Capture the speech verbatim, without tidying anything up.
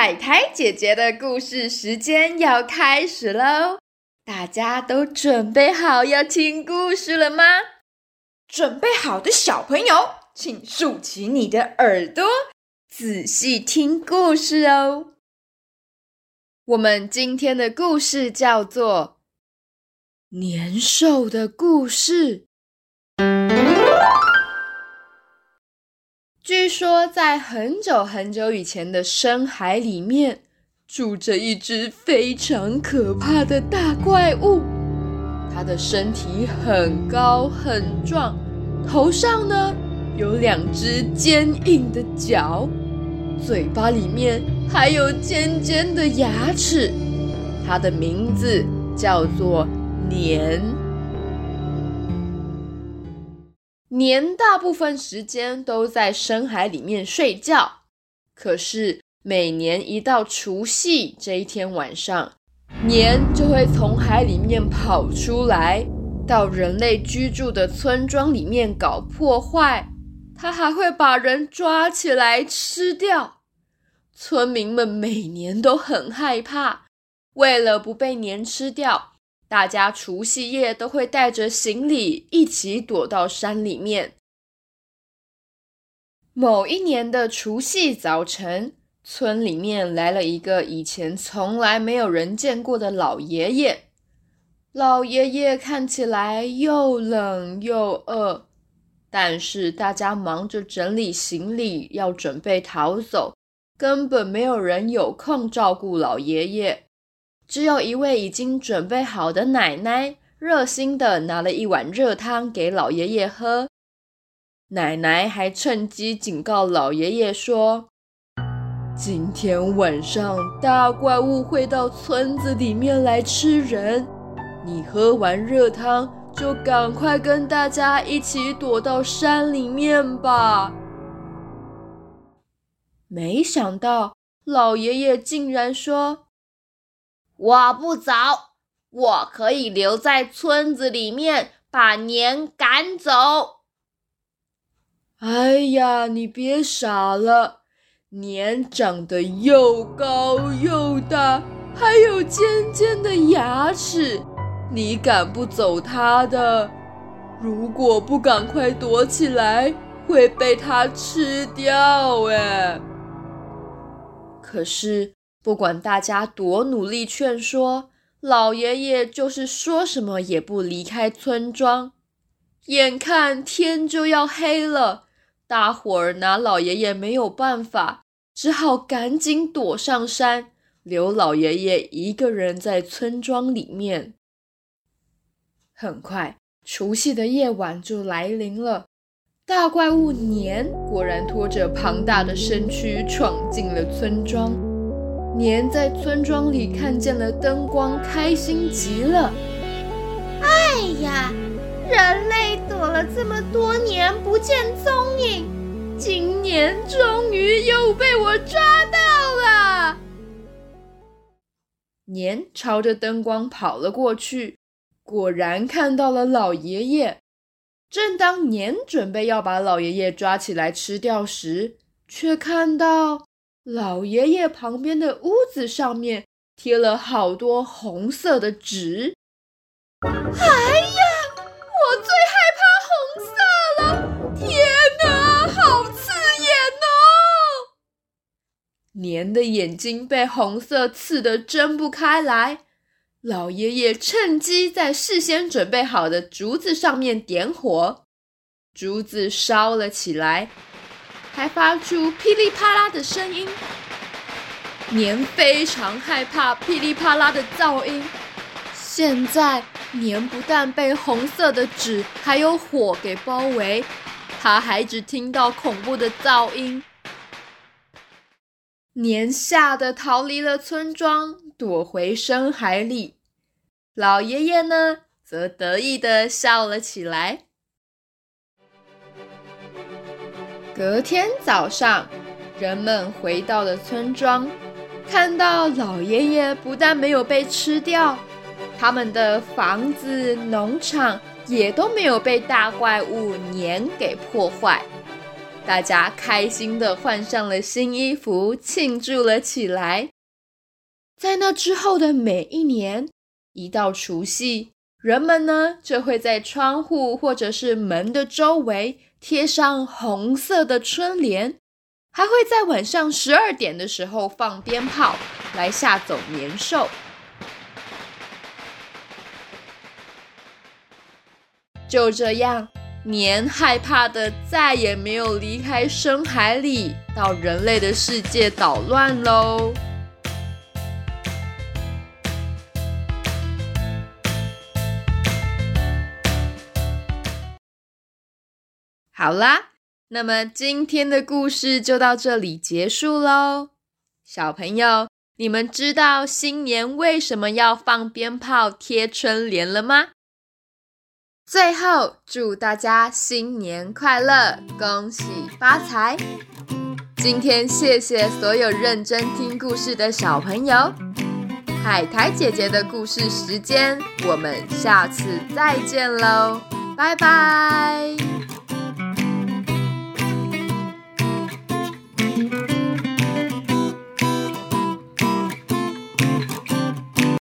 海苔姐姐的故事时间要开始喽！大家都准备好要听故事了吗？准备好的小朋友，请竖起你的耳朵，仔细听故事哦。我们今天的故事叫做《年兽的故事》。据说在很久很久以前的深海里面，住着一只非常可怕的大怪物。它的身体很高很壮，头上呢有两只坚硬的角，嘴巴里面还有尖尖的牙齿。它的名字叫做年。年大部分时间都在深海里面睡觉，可是每年一到除夕这一天晚上，年就会从海里面跑出来，到人类居住的村庄里面搞破坏。它还会把人抓起来吃掉。村民们每年都很害怕，为了不被年吃掉，大家除夕夜都会带着行李一起躲到山里面。某一年的除夕早晨，村里面来了一个以前从来没有人见过的老爷爷。老爷爷看起来又冷又饿，但是大家忙着整理行李，要准备逃走，根本没有人有空照顾老爷爷。只有一位已经准备好的奶奶，热心地拿了一碗热汤给老爷爷喝。奶奶还趁机警告老爷爷说，今天晚上大怪物会到村子里面来吃人，你喝完热汤就赶快跟大家一起躲到山里面吧。没想到老爷爷竟然说，我不走，我可以留在村子里面把年赶走。哎呀，你别傻了，年长得又高又大，还有尖尖的牙齿，你赶不走它的。如果不赶快躲起来，会被它吃掉耶。可是不管大家多努力劝说，老爷爷就是说什么也不离开村庄。眼看天就要黑了，大伙儿拿老爷爷没有办法，只好赶紧躲上山，留老爷爷一个人在村庄里面。很快，除夕的夜晚就来临了。大怪物年果然拖着庞大的身躯闯进了村庄。年在村庄里看见了灯光，开心极了。 哎呀，人类躲了这么多年不见踪影，今年终于又被我抓到了。 年朝着灯光跑了过去，果然看到了老爷爷。正当年准备要把老爷爷抓起来吃掉时，却看到老爷爷旁边的屋子上面贴了好多红色的纸。 哎呀，我最害怕红色了！天哪，好刺眼哦！ 年的眼睛被红色刺得睁不开来。老爷爷趁机在事先准备好的竹子上面点火，竹子烧了起来，还发出噼里啪啦的声音。年非常害怕噼里啪啦的噪音。现在年不但被红色的纸还有火给包围，他还只听到恐怖的噪音。年吓得逃离了村庄，躲回深海里。老爷爷呢，则得意地笑了起来。隔天早上，人们回到了村庄，看到老爷爷不但没有被吃掉，他们的房子、农场也都没有被大怪物年给破坏。 大家开心地换上了新衣服，庆祝了起来。在那之后的每一年，一到除夕，人们呢就会在窗户或者是门的周围贴上红色的春联，还会在晚上十二点的时候放鞭炮来吓走年兽。就这样，年害怕的再也没有离开深海里，到人类的世界捣乱咯。好啦，那么今天的故事就到这里结束咯。小朋友，你们知道新年为什么要放鞭炮贴春联了吗？最后，祝大家新年快乐，恭喜发财！今天谢谢所有认真听故事的小朋友。海苔姐姐的故事时间，我们下次再见咯，拜拜！